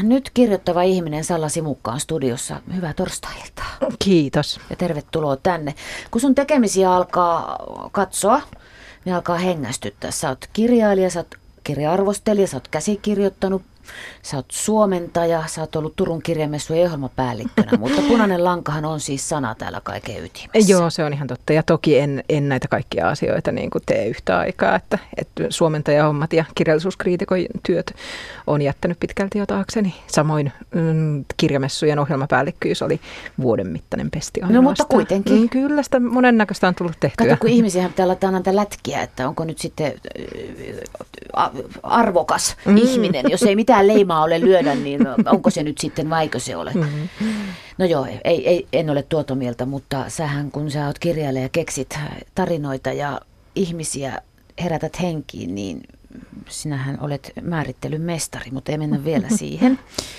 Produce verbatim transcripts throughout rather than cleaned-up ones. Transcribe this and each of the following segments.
nyt kirjoittava ihminen Salla Simukka on studiossa. Hyvää torstai-iltaa. Kiitos. Ja tervetuloa tänne. Kun sun tekemisiä alkaa katsoa, niin alkaa hengästyttää. Sä oot kirjailija, sä oot kirja-arvostelija, sä oot käsikirjoittanut, sä oot suomentaja, sä oot ollut Turun kirjamessujen ohjelmapäällikkönä, mutta punainen lankahan on siis sana täällä kaiken ytimessä. Joo, se on ihan totta. Ja toki en, en näitä kaikkia asioita niin kuin tee yhtä aikaa, että, että suomentajahommat ja kirjallisuuskriitikon työt on jättänyt pitkälti jo taakseni. Samoin mm, kirjamessujen ohjelmapäällikkyys oli vuoden mittainen pesti ainoastaan. No mutta kuitenkin. Mm, kyllä sitä monennäköistä on tullut tehtyä. Kato, kun ihmisiä pitää laittaa näitä lätkiä, että onko nyt sitten arvokas mm. ihminen, jos ei mitään leimaa ole lyödä, niin onko se nyt sitten vaiko se ole? Mm-hmm. No joo, ei, ei, en ole tuota mieltä, mutta sähän kun sä oot kirjailija ja keksit tarinoita ja ihmisiä herätät henkiin, niin sinähän olet määrittelyn mestari, mutta ei mennä vielä siihen.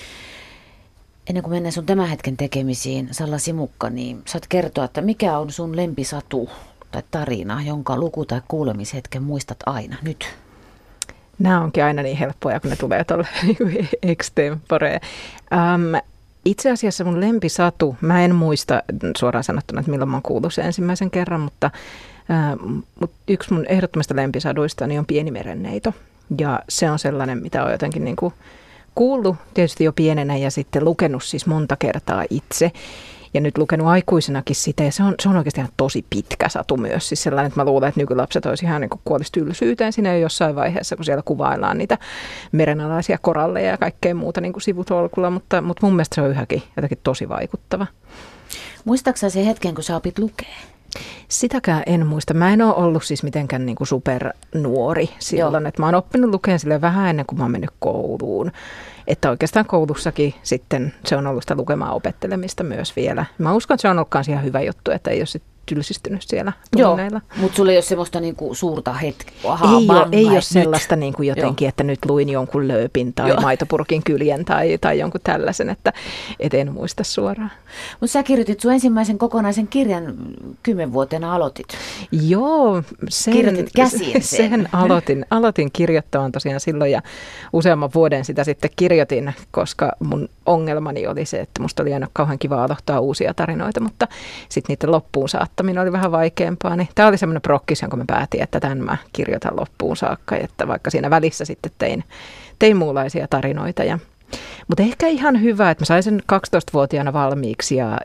Ennen kuin mennään sun tämän hetken tekemisiin, Salla Simukka, niin saat kertoa, että mikä on sun lempisatu tai tarina, jonka luku- tai kuulemishetken muistat aina nyt? Nämä onkin aina niin helppoja, kun ne tulee tuolle extemporeen. Um, itse asiassa mun lempisatu, mä en muista suoraan sanottuna, että milloin mä oon kuullut sen ensimmäisen kerran, mutta, uh, mutta yksi mun ehdottomista lempisaduista niin on Pieni merenneito. Ja se on sellainen, mitä on jotenkin niin kuin kuullut tietysti jo pienenä ja sitten lukenut siis monta kertaa itse. Ja nyt lukenut aikuisenakin sitä, ja se on, se on oikeasti ihan tosi pitkä satu myös. Siis sellainen, että mä luulen, että nykylapset olisi ihan niin kuin kuolisi tylsyyteen siinä jossain vaiheessa, kun siellä kuvaillaan niitä merenalaisia koralleja ja kaikkea muuta niin kuin sivutolkulla. Mutta, mutta mun mielestä se on yhäkin jotenkin tosi vaikuttava. Muistaaksä se hetken, kun sä opit lukea? Sitäkään en muista. Mä en ole ollut siis mitenkään niin kuin supernuori silloin, Joo. että mä oon oppinut lukemaan sille vähän ennen kuin mä oon mennyt kouluun. Että oikeastaan koulussakin sitten se on ollut sitä lukemaan opettelemista myös vielä. Mä uskon, että se on ollut myös ihan hyvä juttu, että ei ole sitten tylsistynyt siellä tunneilla. Joo, mutta sulla ei ole semmoista niinku suurta hetkeä. Ei ole, ei ole sellaista niinku jotenkin, Joo. että nyt luin jonkun lööpin tai Joo. maitopurkin kyljen tai, tai jonkun tällaisen, että et en muista suoraan. Mutta sä kirjoitit sun ensimmäisen kokonaisen kirjan kymmenvuotiaana aloitit. Joo. Sen, kirjoitit käsiin sen. Sen aloitin, aloitin kirjoittamaan tosiaan silloin ja useamman vuoden sitä sitten kirjoitin, koska mun ongelmani oli se, että musta oli aina kauhean kiva aloittaa uusia tarinoita, mutta sitten niiden loppuun saattaminen oli vähän vaikeampaa. Niin tämä oli semmoinen prokkis, jonka mä päätin, että tämän mä kirjoitan loppuun saakka, että vaikka siinä välissä sitten tein, tein muunlaisia tarinoita. Ja, mutta ehkä ihan hyvä, että mä sain sen kaksitoistavuotiaana valmiiksi ja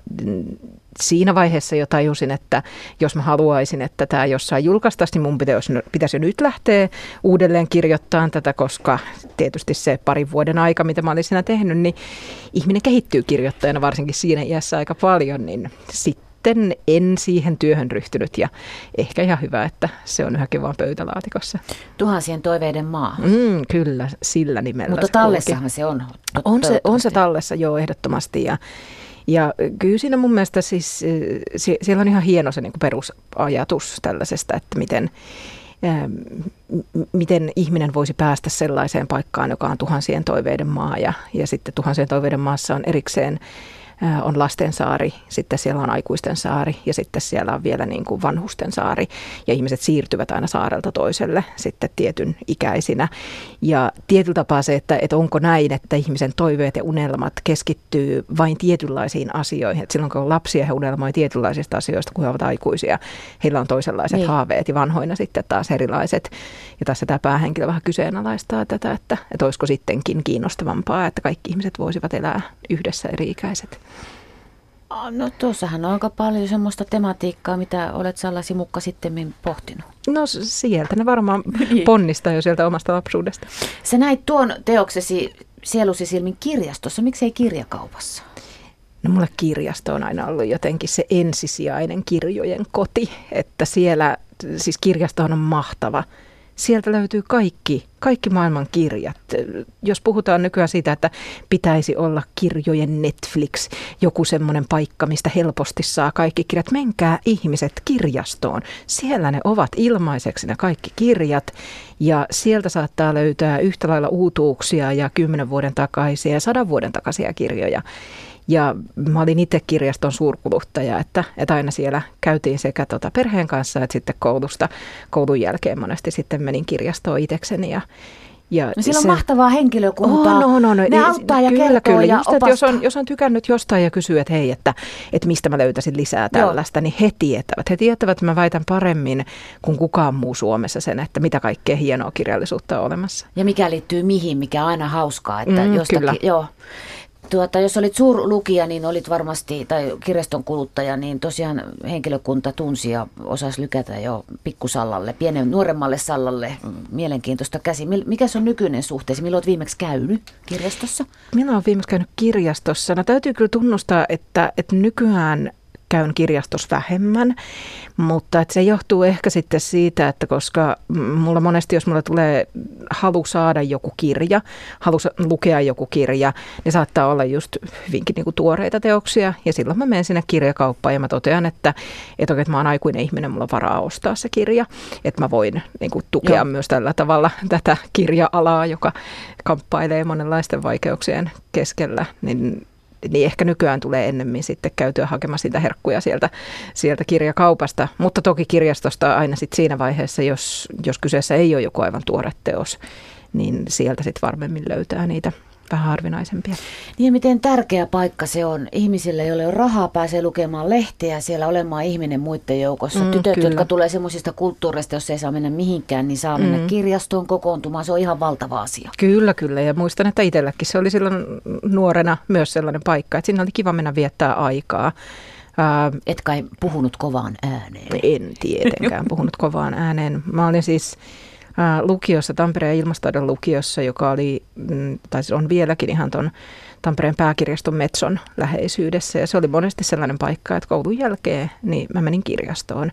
siinä vaiheessa jo tajusin, että jos mä haluaisin, että tämä jossain julkaistaisi, niin mun pitäisi, pitäisi jo nyt lähteä uudelleen kirjoittamaan tätä, koska tietysti se parin vuoden aika, mitä mä olin siinä tehnyt, niin ihminen kehittyy kirjoittajana, varsinkin siinä iässä aika paljon, niin sitten en siihen työhön ryhtynyt ja ehkä ihan hyvä, että se on yhäkin vaan pöytälaatikossa. Tuhansien toiveiden maa. Mm, kyllä, sillä nimellä. Mutta tallessahan se on. On se, on se tallessa, joo, ehdottomasti ja Ja kyllä siinä mun mielestä siis, siellä on ihan hieno se niin kuin perusajatus tällaisesta, että miten, ää, miten ihminen voisi päästä sellaiseen paikkaan, joka on tuhansien toiveiden maa. Ja, ja sitten tuhansien toiveiden maassa on erikseen on lasten saari, sitten siellä on aikuisten saari ja sitten siellä on vielä niin kuin vanhusten saari. Ja ihmiset siirtyvät aina saarelta toiselle sitten tietyn ikäisinä. Ja tietyllä tapaa se, että, että onko näin, että ihmisen toiveet ja unelmat keskittyy vain tietynlaisiin asioihin. Että silloin kun on lapsia, he unelmoi tietynlaisista asioista, kun he ovat aikuisia. Heillä on toisenlaiset niin. haaveet ja vanhoina sitten taas erilaiset. Ja tässä tämä päähenkilö vähän kyseenalaistaa tätä, että, että olisiko sittenkin kiinnostavampaa, että kaikki ihmiset voisivat elää yhdessä eri-ikäiset. No tuossahan on aika paljon semmoista tematiikkaa, mitä olet Salla Simukka sitten pohtinut. No sieltä ne varmaan ponnistaa jo sieltä omasta lapsuudesta. Sä näit tuon teoksesi Sielusi silmin kirjastossa, miksei kirjakaupassa? No mulle kirjasto on aina ollut jotenkin se ensisijainen kirjojen koti, että siellä, siis kirjastohan on mahtava. Sieltä löytyy kaikki, kaikki maailman kirjat. Jos puhutaan nykyään siitä, että pitäisi olla kirjojen Netflix, joku semmoinen paikka, mistä helposti saa kaikki kirjat. Menkää ihmiset kirjastoon. Siellä ne ovat ilmaiseksi ne kaikki kirjat ja sieltä saattaa löytää yhtä lailla uutuuksia ja kymmenen vuoden takaisia ja sadan vuoden takaisia kirjoja. Ja mä olin itse kirjaston suurkuluttaja, että, että aina siellä käytiin sekä tota perheen kanssa että sitten koulusta, koulun jälkeen monesti sitten menin kirjastoon itsekseni. Ja, Ja no siellä on se, mahtavaa henkilökuntaa. Oh, no, no, no. Ne auttaa ja kyllä, kertoo kyllä. ja Just, opastaa. Jos on, jos on tykännyt jostain ja kysyy, että hei, että, että mistä mä löytäisin lisää tällaista, Joo. niin he tietävät. He tietävät, että mä väitän paremmin kuin kukaan muu Suomessa sen, että mitä kaikkea hienoa kirjallisuutta on olemassa. Ja mikä liittyy mihin, mikä on aina hauskaa. Että mm, jostakin, kyllä. Joo. Tuota, jos olit suurlukija, niin olit varmasti, tai kirjaston kuluttaja, niin tosiaan henkilökunta tunsi ja osasi lykätä jo pikkusallalle, pienen nuoremmalle sallalle. Mielenkiintoista käsi. Mikä se on nykyinen suhteesi? Milloin olet viimeksi käynyt kirjastossa? Milloin olen viimeksi käynyt kirjastossa? No täytyy kyllä tunnustaa, että, että nykyään käyn kirjastossa vähemmän, mutta että se johtuu ehkä sitten siitä, että koska mulla monesti, jos mulla tulee halu saada joku kirja, halu lukea joku kirja, niin saattaa olla just hyvinkin niin kuin tuoreita teoksia, ja silloin mä menen sinne kirjakauppaan ja mä totean, että, että, oikein, että mä oon aikuinen ihminen, mulla on varaa ostaa se kirja, että mä voin niin kuin tukea Joo. myös tällä tavalla tätä kirja-alaa, joka kamppailee monenlaisten vaikeuksien keskellä, niin niin ehkä nykyään tulee ennemmin sitten käytyä hakemassa sitä herkkuja sieltä, sieltä kirjakaupasta. Mutta toki kirjastosta aina sitten siinä vaiheessa, jos, jos kyseessä ei ole joku aivan tuore teos, niin sieltä sitten varmemmin löytää niitä vähän harvinaisempia. Niin ja miten tärkeä paikka se on ihmisille, joille on rahaa, pääsee lukemaan lehteä, siellä olemaan ihminen muiden joukossa. Mm, Tytöt, kyllä. jotka tulee semmoisista kulttuureista, jos ei saa mennä mihinkään, niin saa mennä mm. kirjastoon kokoontumaan. Se on ihan valtava asia. Kyllä, kyllä. Ja muistan, että itselläkin se oli silloin nuorena myös sellainen paikka, että siinä oli kiva mennä viettää aikaa. Uh, Et kai puhunut kovaan ääneen? En tietenkään puhunut kovaan ääneen. Mä olin siis lukiossa, Tampereen ilmastoidon lukiossa, joka oli, tai on vieläkin ihan tuon Tampereen pääkirjaston Metson läheisyydessä. Ja se oli monesti sellainen paikka, että koulun jälkeen niin mä menin kirjastoon.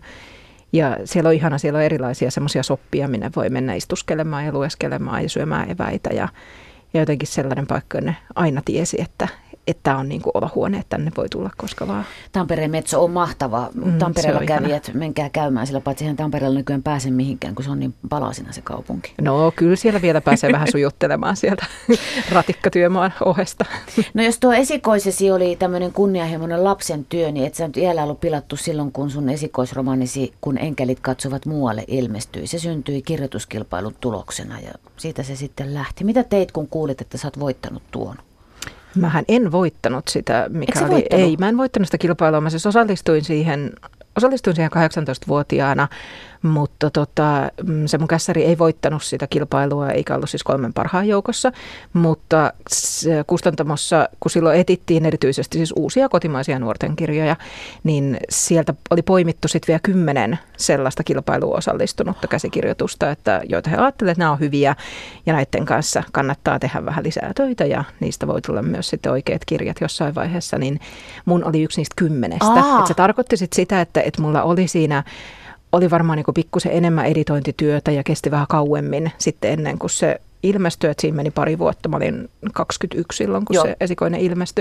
Ja siellä on ihana, siellä on erilaisia semmoisia soppia, minne voi mennä istuskelemaan ja lueskelemaan ja syömään eväitä. Ja, ja jotenkin sellainen paikka, ne aina tiesi, että että on niin kuin olohuone, että tänne voi tulla koska vaan. Tampereen Metso on mahtava. Mm, Tampereella kävijät, menkää käymään, sillä paitsi ihan Tampereella nykyään pääse mihinkään, kun se on niin palasina se kaupunki. No kyllä siellä vielä pääsee vähän sujuttelemaan sieltä ratikkatyömaan ohesta. No jos tuo esikoisesi oli tämmöinen kunnianhimoinen lapsen työ, niin et sä nyt iällä ollut pilattu silloin, kun sun esikoisromaanisi Kun enkelit katsovat muualle ilmestyi. Se syntyi kirjoituskilpailun tuloksena ja siitä se sitten lähti. Mitä teit, kun kuulit, että sä oot voittanut tuon? Mähän en voittanut sitä, mikä oli, voittanut? Ei, mä en voittanut sitä kilpailua, mä siis osallistuin siihen, osallistuin siihen kahdeksantoistavuotiaana, mutta tota, se mun kässäri ei voittanut sitä kilpailua, eikä ollut siis kolmen parhaan joukossa, mutta kustantamossa, kun silloin etittiin erityisesti siis uusia kotimaisia nuorten kirjoja, niin sieltä oli poimittu sitten vielä kymmenen sellaista kilpailuun osallistunutta käsikirjoitusta, että joita he ajattelevat, että nämä on hyviä ja näiden kanssa kannattaa tehdä vähän lisää töitä ja niistä voi tulla myös sitten oikeat kirjat jossain vaiheessa, niin mun oli yksi niistä kymmenestä. Että se tarkoitti sitten sitä, että, että mulla oli siinä oli varmaan niin pikkusen enemmän editointityötä ja kesti vähän kauemmin sitten ennen kuin se ilmestyi. Että siinä meni pari vuotta. Mä olin kaksikymmentäyksi silloin, kun Joo. se esikoinen ilmestyi.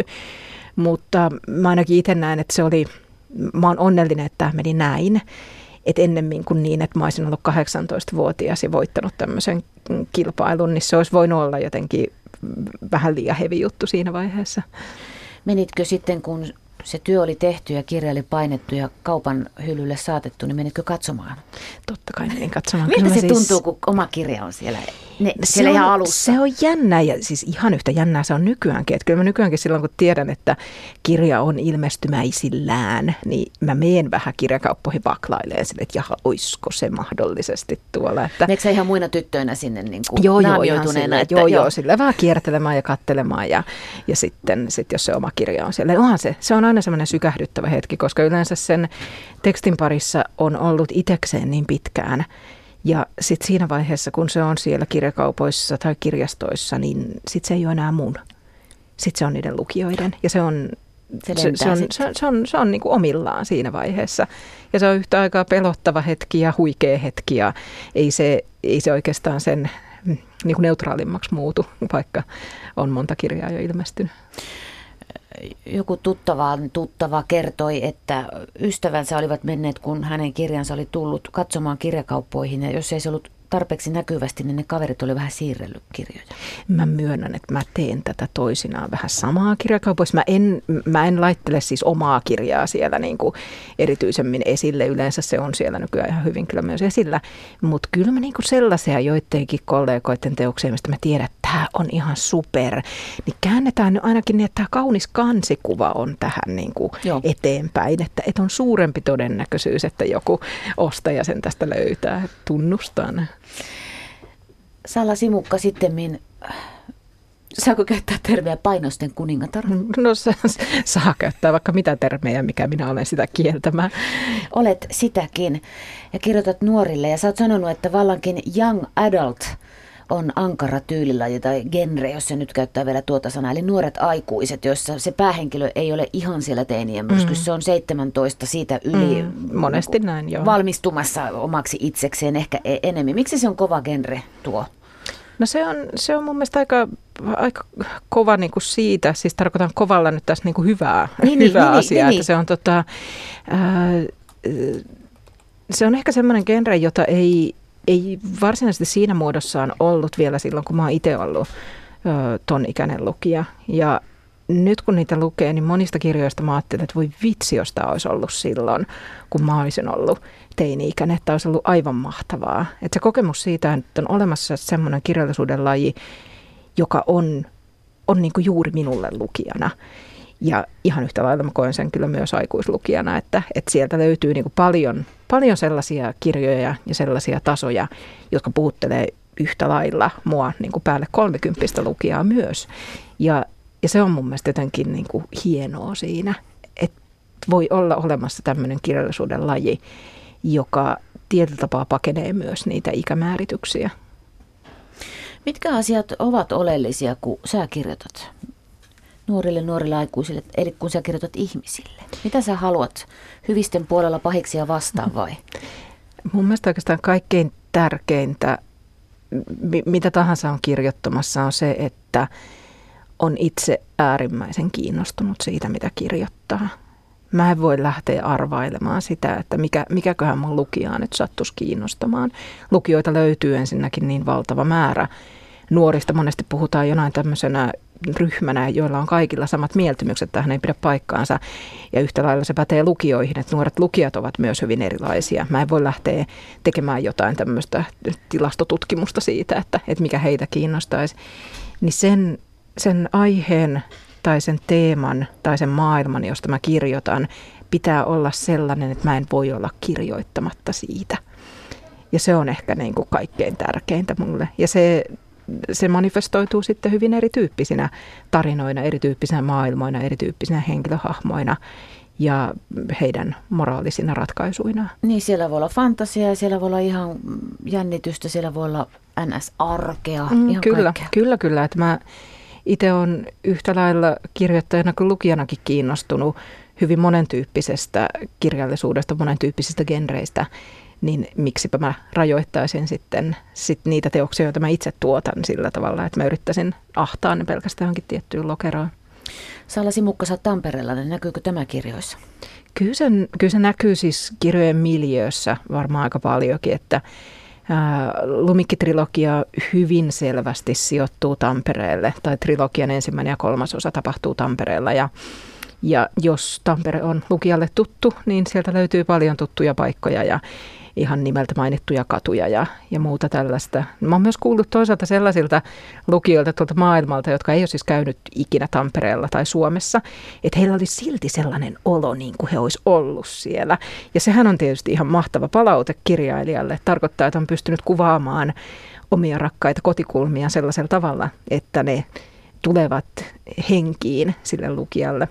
Mutta mä ainakin itse näen, että se oli, mä oon onnellinen, että tämä meni näin. Että ennemmin kuin niin, että mä olisin ollut kahdeksantoistavuotias ja voittanut tämmöisen kilpailun, niin se olisi voinut olla jotenkin vähän liian hevi juttu siinä vaiheessa. Menitkö sitten, kun se työ oli tehty ja kirja oli painettu ja kaupan hyllylle saatettu, niin menitkö katsomaan? Totta kai menin katsomaan. Miltä se siis tuntuu, kun oma kirja on siellä, ne, siellä ihan alussa? Se on jännä ja siis ihan yhtä jännää se on nykyäänkin. Että kyllä mä nykyäänkin silloin, kun tiedän, että kirja on ilmestymäisillään, niin mä menen vähän kirjakauppoihin baklaileen sille, että jaha, oisko se mahdollisesti tuolla. Että meneekö sä ihan muina tyttöinä sinne niin kuin joo, naamioituneena? Joo, että joo, joo, sille vähän kiertelemään ja katselemaan ja, ja sitten sit, jos se oma kirja on siellä. Onhan se, se on aina semmoinen sykähdyttävä hetki, koska yleensä sen tekstin parissa on ollut itekseen niin pitkään. Ja sitten siinä vaiheessa, kun se on siellä kirjakaupoissa tai kirjastoissa, niin sitten se ei ole enää mun. Sitten se on niiden lukijoiden. Ja se on, se, se, se on, se on, se on, se on niin kuin omillaan siinä vaiheessa. Ja se on yhtä aikaa pelottava hetki ja huikea hetki. Ja ei se, ei se oikeastaan sen niin kuin neutraalimmaksi muutu, vaikka on monta kirjaa jo ilmestynyt. Joku tuttava, tuttava kertoi, että ystävänsä olivat menneet, kun hänen kirjansa oli tullut katsomaan kirjakauppoihin. Ja jos ei se ollut tarpeeksi näkyvästi, niin ne kaverit oli vähän siirrellyt kirjoja. Mä myönnän, että mä teen tätä toisinaan vähän samaa kirjakaupoissa. Mä en, mä en laittele siis omaa kirjaa siellä niin kuin erityisemmin esille. Yleensä se on siellä nykyään ihan hyvin kyllä myös esillä. Mutta kyllä mä niin kuin sellaisia joidenkin kollegoiden teoksia, mistä mä tiedän, että tämä on ihan super. Niin käännetään nyt ainakin niin, että tämä kaunis kansikuva on tähän niin kuin eteenpäin. Että, että on suurempi todennäköisyys, että joku ostaja sen tästä löytää. Tunnustan. Salla Simukka sittemmin, saako käyttää termiä painosten kuningatar? No saa käyttää vaikka mitä termejä, mikä minä olen sitä kieltämään. Olet sitäkin ja kirjoitat nuorille ja sä oot sanonut, että vallankin young adult on ankara tyylilaji tai genre, jos se nyt käyttää vielä tuota sanaa. Eli nuoret aikuiset, joissa se päähenkilö ei ole ihan siellä teinien myrskyssä. Mm. Se on seitsemäntoista siitä yli mm, monesti näin, joo. Valmistumassa omaksi itsekseen ehkä enemmän. Miksi se on kova genre tuo? No se on, se on mun mielestä aika, aika kova niin kuin siitä, siis tarkoitan kovalla nyt tässä niin kuin hyvää, niin, hyvää niin, asiaa. niin, että se on, tota, ää, se on ehkä semmoinen genre, jota ei... Ei varsinaisesti siinä muodossaan ollut vielä silloin, kun mä oon itse ollut ö, ton ikäinen lukija. Ja nyt kun niitä lukee, niin monista kirjoista mä ajattelin, että voi vitsi, jos tämä olisi ollut silloin, kun mä olisin ollut teini-ikäinen. Että olisi ollut aivan mahtavaa. Että se kokemus siitä, että on olemassa semmoinen kirjallisuuden laji, joka on, on niin kuin juuri minulle lukijana. Ja ihan yhtä lailla mä koen sen kyllä myös aikuislukijana, että, että sieltä löytyy niin kuin paljon, paljon sellaisia kirjoja ja sellaisia tasoja, jotka puhuttelee yhtä lailla mua niin kuin päälle kolmekymppistä lukijaa myös. Ja, ja se on mun mielestä jotenkin niin kuin hienoa siinä, että voi olla olemassa tämmöinen kirjallisuuden laji, joka tietyllä tapaa pakenee myös niitä ikämäärityksiä. Mitkä asiat ovat oleellisia, kun sä kirjoitat? Nuorille, nuorille aikuisille, eli kun sä kirjoitat ihmisille. Mitä sä haluat? Hyvisten puolella pahiksia vastaan vai? Mun mielestä oikeastaan kaikkein tärkeintä, mitä tahansa on kirjoittamassa, on se, että on itse äärimmäisen kiinnostunut siitä, mitä kirjoittaa. Mä en voi lähteä arvailemaan sitä, että mikä, mikäköhän mun lukijaa nyt sattuisi kiinnostamaan. Lukijoita löytyy ensinnäkin niin valtava määrä. Nuorista monesti puhutaan jonain tämmöisenä ryhmänä, joilla on kaikilla samat mieltymykset, tähän ei pidä paikkaansa. Ja yhtä lailla se pätee lukijoihin, että nuoret lukijat ovat myös hyvin erilaisia. Mä en voi lähteä tekemään jotain tämmöistä tilastotutkimusta siitä, että, että mikä heitä kiinnostaisi. Niin sen, sen aiheen tai sen teeman tai sen maailman, josta mä kirjoitan, pitää olla sellainen, että mä en voi olla kirjoittamatta siitä. Ja se on ehkä niin kuin kaikkein tärkeintä mulle. Ja se Se manifestoituu sitten hyvin erityyppisinä tarinoina, erityyppisinä maailmoina, erityyppisinä henkilöhahmoina ja heidän moraalisina ratkaisuina. Niin, siellä voi olla fantasiaa, siellä voi olla ihan jännitystä, siellä voi olla N S-arkea, mm, ihan kyllä, kaikkea. Kyllä, kyllä. Että mä itse olen yhtä lailla kirjoittajana kuin lukijanakin kiinnostunut hyvin monentyyppisestä kirjallisuudesta, monentyyppisistä genreistä. Niin miksipä mä rajoittaisin sitten sit niitä teoksia, joita mä itse tuotan sillä tavalla, että mä yrittäisin ahtaa ne pelkästään johonkin tiettyyn lokeroon. Salla Simukka, sä oot Tampereella, niin näkyykö tämä kirjoissa? Kyllä se, kyllä se näkyy siis kirjojen miljöössä varmaan aika paljonkin, että ää, Lumikki-trilogia hyvin selvästi sijoittuu Tampereelle, tai trilogian ensimmäinen ja kolmas osa tapahtuu Tampereella, ja Ja jos Tampere on lukijalle tuttu, niin sieltä löytyy paljon tuttuja paikkoja ja ihan nimeltä mainittuja katuja ja, ja muuta tällaista. Mä oon myös kuullut toisaalta sellaisilta lukijoilta tuolta maailmalta, jotka ei ole siis käynyt ikinä Tampereella tai Suomessa, että heillä oli silti sellainen olo, niin kuin he olisi ollut siellä. Ja sehän on tietysti ihan mahtava palaute kirjailijalle. Tarkoittaa, että on pystynyt kuvaamaan omia rakkaita kotikulmia sellaisella tavalla, että ne tulevat henkiin sille lukijalle.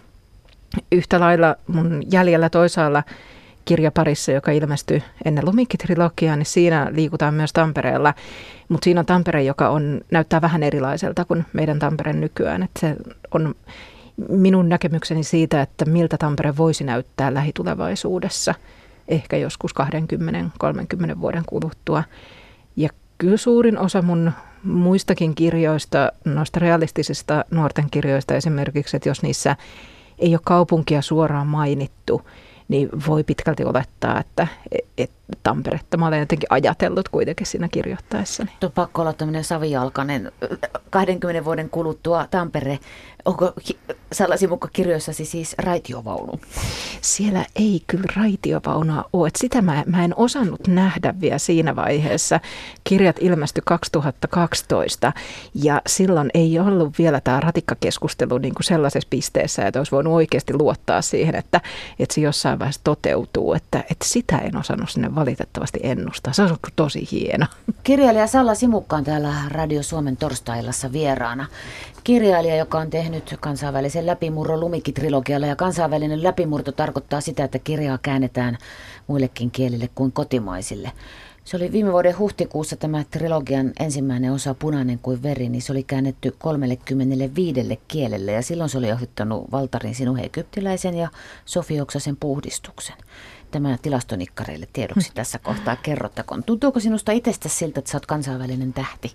Yhtä lailla mun jäljellä toisaalla kirjaparissa, joka ilmestyi ennen Lumikki-trilogiaa, niin siinä liikutaan myös Tampereella. Mutta siinä on Tampere, joka on, näyttää vähän erilaiselta kuin meidän Tampere nykyään. Et se on minun näkemykseni siitä, että miltä Tampere voisi näyttää lähitulevaisuudessa, ehkä joskus kaksikymmentä kolmekymmentä vuoden kuluttua. Ja kyllä suurin osa mun muistakin kirjoista, noista realistisista nuorten kirjoista esimerkiksi, että jos niissä ei ole kaupunkia suoraan mainittu, niin voi pitkälti olettaa, että et Tamperetta mä olen jotenkin ajatellut kuitenkin siinä kirjoittaessani. Tuo pakko olla tämmöinen savijalkainen kahdenkymmenen vuoden kuluttua Tampere. Onko Salla Simukka kirjoissasi siis raitiovaunu? Siellä ei kyllä raitiovaunua ole. Et sitä mä, mä en osannut nähdä vielä siinä vaiheessa. Kirjat ilmestyi kaksituhattakaksitoista ja silloin ei ollut vielä tämä ratikkakeskustelu niin kuin sellaisessa pisteessä, että olisi voinut oikeasti luottaa siihen, että, että se jossain vaiheessa toteutuu. Että, että sitä en osannut sinne valitettavasti ennustaa. Se on ollut tosi hieno. Kirjailija Salla Simukka on täällä Radio Suomen torstaillassa vieraana. Kirjailija, joka on tehnyt kansainvälisen läpimurron Lumikki-trilogialla, ja kansainvälinen läpimurto tarkoittaa sitä, että kirjaa käännetään muillekin kielille kuin kotimaisille. Se oli viime vuoden huhtikuussa tämä trilogian ensimmäinen osa Punainen kuin veri, niin se oli käännetty kolmekymmentäviisi kielelle, ja silloin se oli ohittanut Valtarin Sinuhe egyptiläisen ja Sofi Oksasen Puhdistuksen. Tämä tilastonikkareille tiedoksi tässä kohtaa kerrottakoon. Tuntuuko sinusta itsestäsi siltä, että sä oot kansainvälinen tähti?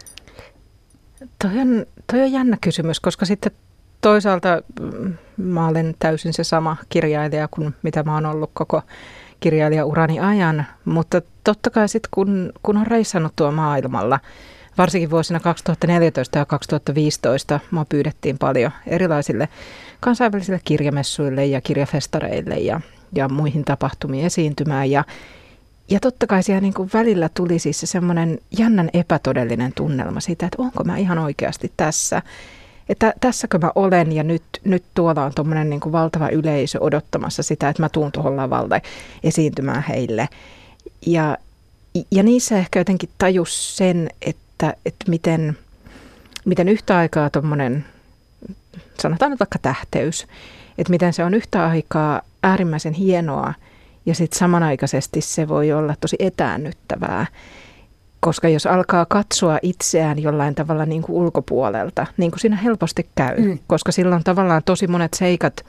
Toi on, toi on jännä kysymys, koska sitten toisaalta mä olen täysin se sama kirjailija kuin mitä mä oon ollut koko kirjailijaurani ajan, mutta totta kai sitten kun, kun on reissannut tuo maailmalla, varsinkin vuosina kaksituhattaneljätoista ja kaksituhattaviisitoista mua pyydettiin paljon erilaisille kansainvälisille kirjamessuille ja kirjafestareille ja, ja muihin tapahtumiin esiintymään ja Ja totta kai siellä niin kuin välillä tuli siis se semmoinen jännän epätodellinen tunnelma siitä, että onko mä ihan oikeasti tässä. Että tässäkö mä olen ja nyt, nyt tuolla on tuommoinen niin kuin valtava yleisö odottamassa sitä, että mä tuun tuohon lavalle esiintymään heille. Ja, ja niissä ehkä jotenkin tajus sen, että, että miten, miten yhtä aikaa tuommoinen, sanotaan nyt vaikka tähteys, että miten se on yhtä aikaa äärimmäisen hienoa. Ja sitten samanaikaisesti se voi olla tosi etäännyttävää, koska jos alkaa katsoa itseään jollain tavalla niin kuin ulkopuolelta, niin kuin siinä helposti käy, mm. koska silloin tavallaan tosi monet seikat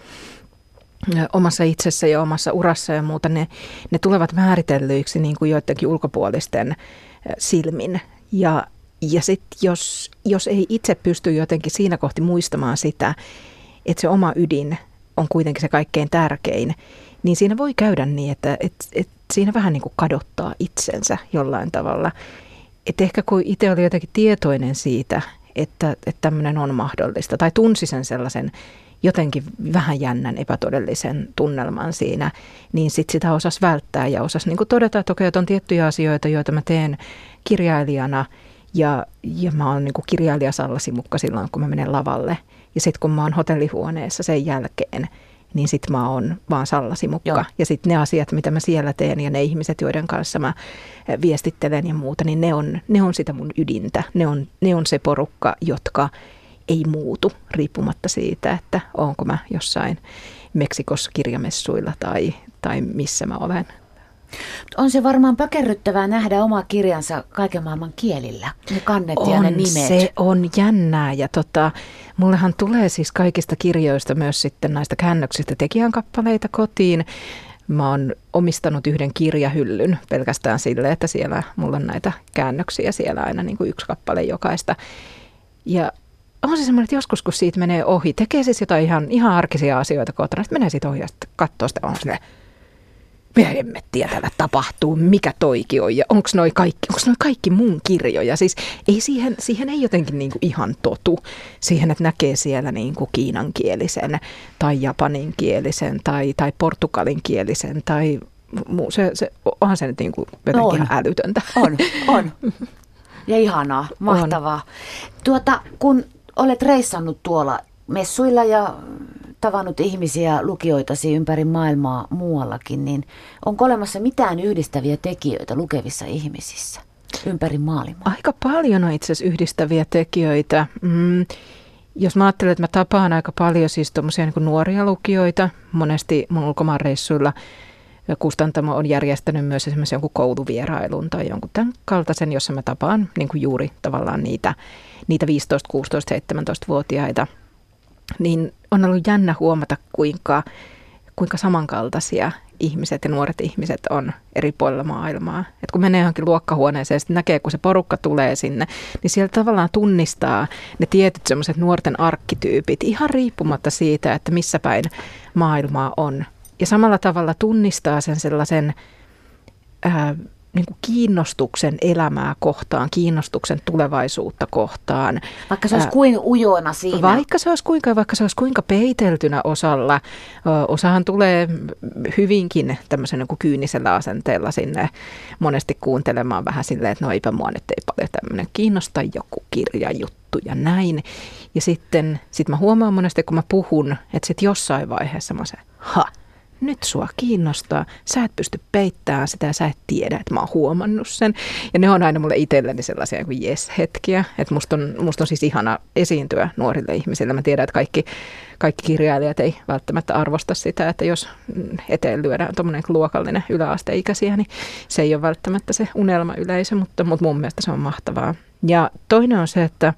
omassa itsessä ja omassa urassa ja muuta, ne, ne tulevat määritellyiksi niin kuin joidenkin ulkopuolisten silmin. Ja, ja sitten jos, jos ei itse pysty jotenkin siinä kohti muistamaan sitä, että se oma ydin on kuitenkin se kaikkein tärkein, niin siinä voi käydä niin, että, että, että siinä vähän niin kuin kadottaa itsensä jollain tavalla. Että ehkä kun itse oli jotenkin tietoinen siitä, että, että tämmöinen on mahdollista, tai tunsi sen sellaisen jotenkin vähän jännän epätodellisen tunnelman siinä, niin sitten sitä osasi välttää ja osasi niin kuin todeta, että okei, että on tiettyjä asioita, joita mä teen kirjailijana, ja, ja mä oon niin kuin kirjailija Salla Simukka silloin, kun mä menen lavalle. Ja sitten kun mä oon hotellihuoneessa sen jälkeen, niin sit mä oon vaan Salla Simukka. Joo. Ja sitten ne asiat, mitä mä siellä teen ja ne ihmiset, joiden kanssa mä viestittelen ja muuta, niin ne on, ne on sitä mun ydintä. Ne on, ne on se porukka, jotka ei muutu riippumatta siitä, että onko mä jossain Meksikossa kirjamessuilla tai, tai missä mä olen. On se varmaan pökerryttävää nähdä oma kirjansa kaiken maailman kielillä, ne kannet on, ja ne nimet. Se on jännää ja tota, mullehan tulee siis kaikista kirjoista myös sitten näistä käännöksistä tekijänkappaleita kotiin. Mä oon omistanut yhden kirjahyllyn pelkästään sille, että siellä mulla on näitä käännöksiä siellä aina niin kuin yksi kappale jokaista. Ja on se semmoinen, että joskus kun siitä menee ohi, tekee siis jotain ihan, ihan arkisia asioita kotona, sitten menee siitä ohi ja sitten katsoo sitä, on silleen, mitä hemmettiä täällä tapahtuu, mikä toikin on ja onko noi kaikki, onko noi kaikki mun kirjoja. Siis ei siihen, siihen ei jotenkin niinku ihan totu siihen, että näkee siellä niinku kiinankielisen tai japaninkielisen tai, tai portugalinkielisen tai muu. Se, se, onhan se nyt niinku jotenkin on. Ihan älytöntä. On, on. Ja ihanaa, mahtavaa. On. Tuota, kun olet reissannut tuolla messuilla ja tavannut ihmisiä, lukijoitasi ympäri maailmaa muuallakin, niin onko olemassa mitään yhdistäviä tekijöitä lukevissa ihmisissä ympäri maailmaa? Aika paljon on itse asiassa yhdistäviä tekijöitä. Mm, jos mä ajattelen, että mä tapaan aika paljon siis tommosia niin kuin nuoria lukijoita, monesti mun ulkomaanreissuilla kustantamo on järjestänyt myös esimerkiksi jonkun kouluvierailun tai jonkun tämän kaltaisen, jossa mä tapaan niin kuin juuri tavallaan niitä, niitä viisitoista, kuusitoista, seitsemäntoista-vuotiaita. Niin on ollut jännä huomata, kuinka, kuinka samankaltaisia ihmiset ja nuoret ihmiset on eri puolilla maailmaa. Et kun menee johonkin luokkahuoneeseen ja sitten näkee, kun se porukka tulee sinne, niin siellä tavallaan tunnistaa ne tietyt semmoiset nuorten arkkityypit ihan riippumatta siitä, että missä päin maailmaa on. ja samalla tavalla tunnistaa sen sellaisen ää, niin kuin kiinnostuksen elämää kohtaan, kiinnostuksen tulevaisuutta kohtaan. Vaikka se olisi Ää, kuin ujoina siinä. Vaikka se olisi kuinka, vaikka se olisi kuinka peiteltynä osalla. Osahan tulee hyvinkin tämmöisen niin kuin kyynisellä asenteella sinne monesti kuuntelemaan vähän silleen, että no eipä mua nyt ei paljon tämmöinen kiinnosta joku kirjajuttu ja näin. Ja sitten sit mä huomaan monesti, kun mä puhun, että sitten jossain vaiheessa mä se, ha, nyt sua kiinnostaa, sä et pysty peittämään sitä ja sä et tiedä, että mä oon huomannut sen. Ja ne on aina mulle itselleni sellaisia kuin jes-hetkiä, että musta on, musta on siis ihana esiintyä nuorille ihmisille. Mä tiedän, että kaikki, kaikki kirjailijat ei välttämättä arvosta sitä, että jos eteen lyödään tommoinen luokallinen yläasteikäisiä, niin se ei ole välttämättä se unelmayleisö, mutta, mutta mun mielestä se on mahtavaa. Ja toinen on se, että,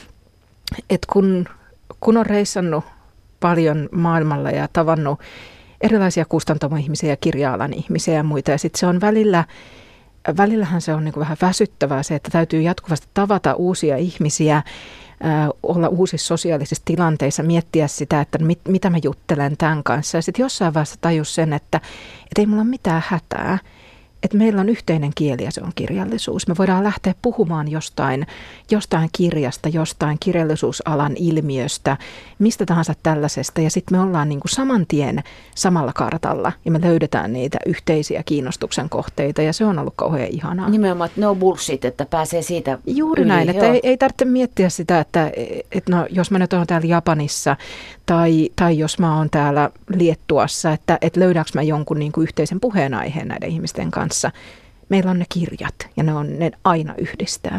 että kun, kun on reissannut paljon maailmalla ja tavannut erilaisia kustantamoihmisiä ja kirja-alan ihmisiä ja muita. Ja sitten se on välillä, välillähän se on niin kuin vähän väsyttävää se, että täytyy jatkuvasti tavata uusia ihmisiä, ää, olla uusissa sosiaalisissa tilanteissa, miettiä sitä, että mit, mitä mä juttelen tämän kanssa. Ja sitten jossain vaiheessa tajus sen, että, että ei mulla ole mitään hätää. Että meillä on yhteinen kieli ja se on kirjallisuus. Me voidaan lähteä puhumaan jostain, jostain kirjasta, jostain kirjallisuusalan ilmiöstä, mistä tahansa tällaisesta. Ja sitten me ollaan niin kuin saman tien samalla kartalla ja me löydetään niitä yhteisiä kiinnostuksen kohteita ja se on ollut kauhean ihanaa. Nimenomaan, no bullshit, että pääsee siitä Juuri yli, näin, että ei, ei tarvitse miettiä sitä, että, että no, jos mä nyt oon täällä Japanissa tai, tai jos mä oon täällä Liettuassa, että, että löydäänkö mä jonkun niin kuin yhteisen puheenaiheen näiden ihmisten kanssa. Meillä on ne kirjat ja ne, on, ne aina yhdistää.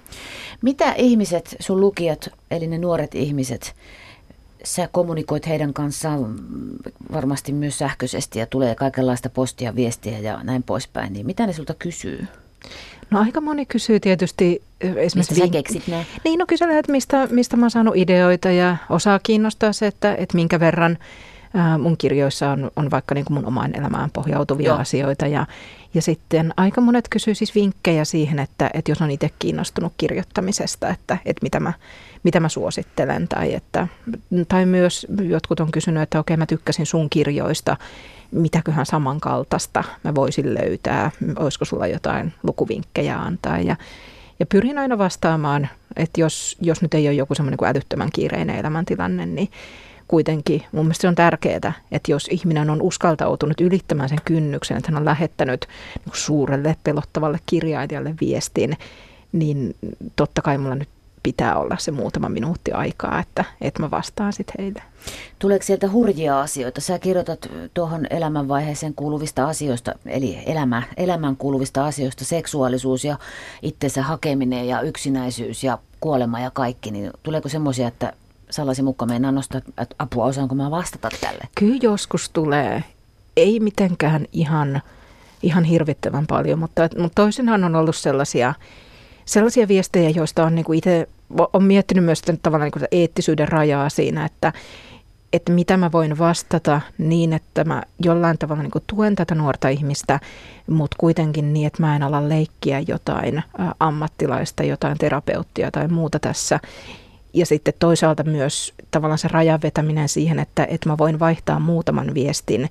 Mitä ihmiset, sun lukijat, eli ne nuoret ihmiset, sä kommunikoit heidän kanssaan varmasti myös sähköisesti ja tulee kaikenlaista postia, viestiä ja näin poispäin, niin mitä ne sulta kysyy? No aika moni kysyy tietysti esimerkiksi... Mistä sä keksit ne? Niin, no kyselee, että mistä, mistä mä oon saanut ideoita ja osaa kiinnostaa se, että, että minkä verran mun kirjoissa on, on vaikka niin kuin mun omaan elämään pohjautuvia Joo. asioita ja, ja sitten aika monet kysyy siis vinkkejä siihen, että, että jos on itse kiinnostunut kirjoittamisesta, että, että mitä, mä, mitä mä suosittelen tai, että, tai myös jotkut on kysynyt, että okei mä tykkäsin sun kirjoista, mitäköhän samankaltaista mä voisin löytää, olisiko sulla jotain lukuvinkkejä antaa ja Ja pyrin aina vastaamaan, että jos, jos nyt ei ole joku semmoinen kuin älyttömän kiireinen elämäntilanne, niin kuitenkin mun mielestä se on tärkeää, että jos ihminen on uskaltautunut ylittämään sen kynnyksen, että hän on lähettänyt suurelle pelottavalle kirjailijalle viestin, niin totta kai mulla nyt pitää olla se muutama minuutti aikaa, että, että mä vastaan sitten heille. Tuleeko sieltä hurjia asioita? Sä kirjoitat tuohon elämänvaiheeseen kuuluvista asioista, eli elämä, elämän kuuluvista asioista, seksuaalisuus ja itsensä hakeminen ja yksinäisyys ja kuolema ja kaikki, niin tuleeko semmoisia, että Sallasi Mukka meinaa nostaa, että apua, osaanko mä vastata tälle? Kyllä joskus tulee. Ei mitenkään ihan, ihan hirvittävän paljon, mutta, mutta toisinaan on ollut sellaisia, sellaisia viestejä, joista on niin itse on miettinyt myös tavallaan niin eettisyyden rajaa siinä, että, että mitä mä voin vastata niin, että mä jollain tavalla niin tuen tätä nuorta ihmistä, mutta kuitenkin niin, että mä en ala leikkiä jotain ammattilaista, jotain terapeuttia tai muuta tässä. Ja sitten toisaalta myös tavallaan se rajan vetäminen siihen, että, että mä voin vaihtaa muutaman viestin,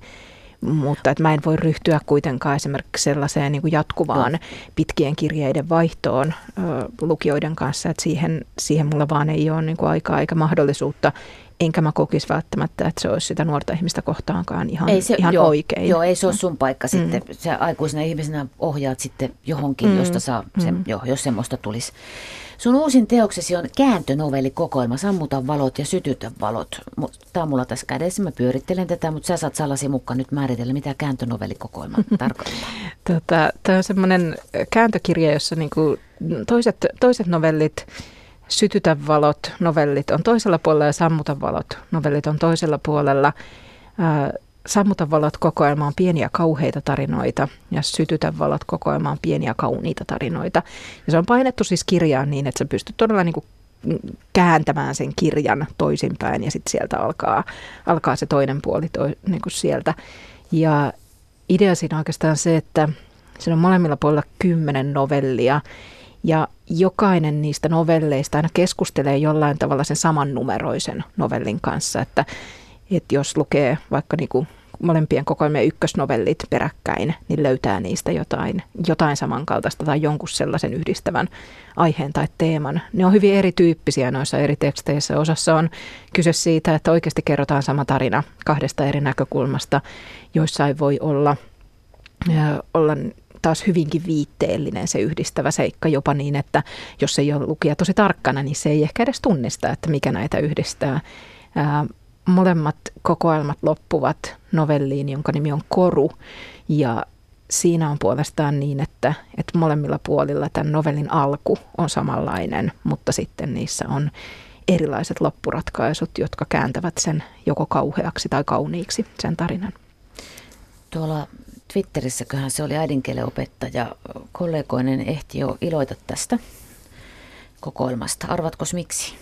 mutta että mä en voi ryhtyä kuitenkaan esimerkiksi sellaiseen niin kuin jatkuvaan pitkien kirjeiden vaihtoon ö, lukijoiden kanssa, että siihen, siihen mulla vaan ei ole niin kuin aikaa eikä mahdollisuutta, enkä mä kokisi välttämättä, että se olisi sitä nuorta ihmistä kohtaankaan ihan, ei se, ihan joo, oikein. Joo, ei se ole sun paikka mm. sitten. Sä aikuisena ihmisenä ohjaat sitten johonkin, mm. josta saa, se, mm. jo, jos semmoista tulisi. Sun uusin teoksesi on kääntönovellikokoelma, Sammuta valot ja sytytä valot. Tämä on mulla tässä kädessä, mä pyörittelen tätä, mutta sä saat Sallasi Mukka nyt määritellä, mitä kääntönovellikokoelma tarkoittaa. Tota, tämä on semmoinen kääntökirja, jossa niinku toiset, toiset novellit, Sytytä valot, novellit on toisella puolella ja Sammuta valot, novellit on toisella puolella. Sammuta valot kokoelma on pieniä kauheita tarinoita ja Sytytä valot kokoelma on pieniä kauniita tarinoita. Ja se on painettu siis kirjaan niin, että sä pystyt todella niin kuin kääntämään sen kirjan toisinpäin ja sitten sieltä alkaa, alkaa se toinen puoli toi, niin kuin sieltä. Ja idea siinä on oikeastaan se, että siinä on molemmilla puolilla kymmenen novellia ja jokainen niistä novelleista aina keskustelee jollain tavalla sen saman numeroisen novellin kanssa, että Että jos lukee vaikka niin kuin molempien kokoelmien ykkösnovellit peräkkäin, niin löytää niistä jotain, jotain samankaltaista tai jonkun sellaisen yhdistävän aiheen tai teeman. Ne on hyvin erityyppisiä noissa eri teksteissä. Osassa on kyse siitä, että oikeasti kerrotaan sama tarina kahdesta eri näkökulmasta, joissain voi olla, äh, olla taas hyvinkin viitteellinen se yhdistävä seikka, jopa niin, että jos ei ole lukija tosi tarkkana, niin se ei ehkä edes tunnista, että mikä näitä yhdistää. Ää, molemmat kokoelmat loppuvat novelliin, jonka nimi on Koru, ja siinä on puolestaan niin, että, että molemmilla puolilla tämän novellin alku on samanlainen, mutta sitten niissä on erilaiset loppuratkaisut, jotka kääntävät sen joko kauheaksi tai kauniiksi, sen tarinan. Tuolla Twitterissäköhän se oli äidinkielen opettaja, kollegoinen ehti jo iloita tästä kokoelmasta. Arvatkos miksi?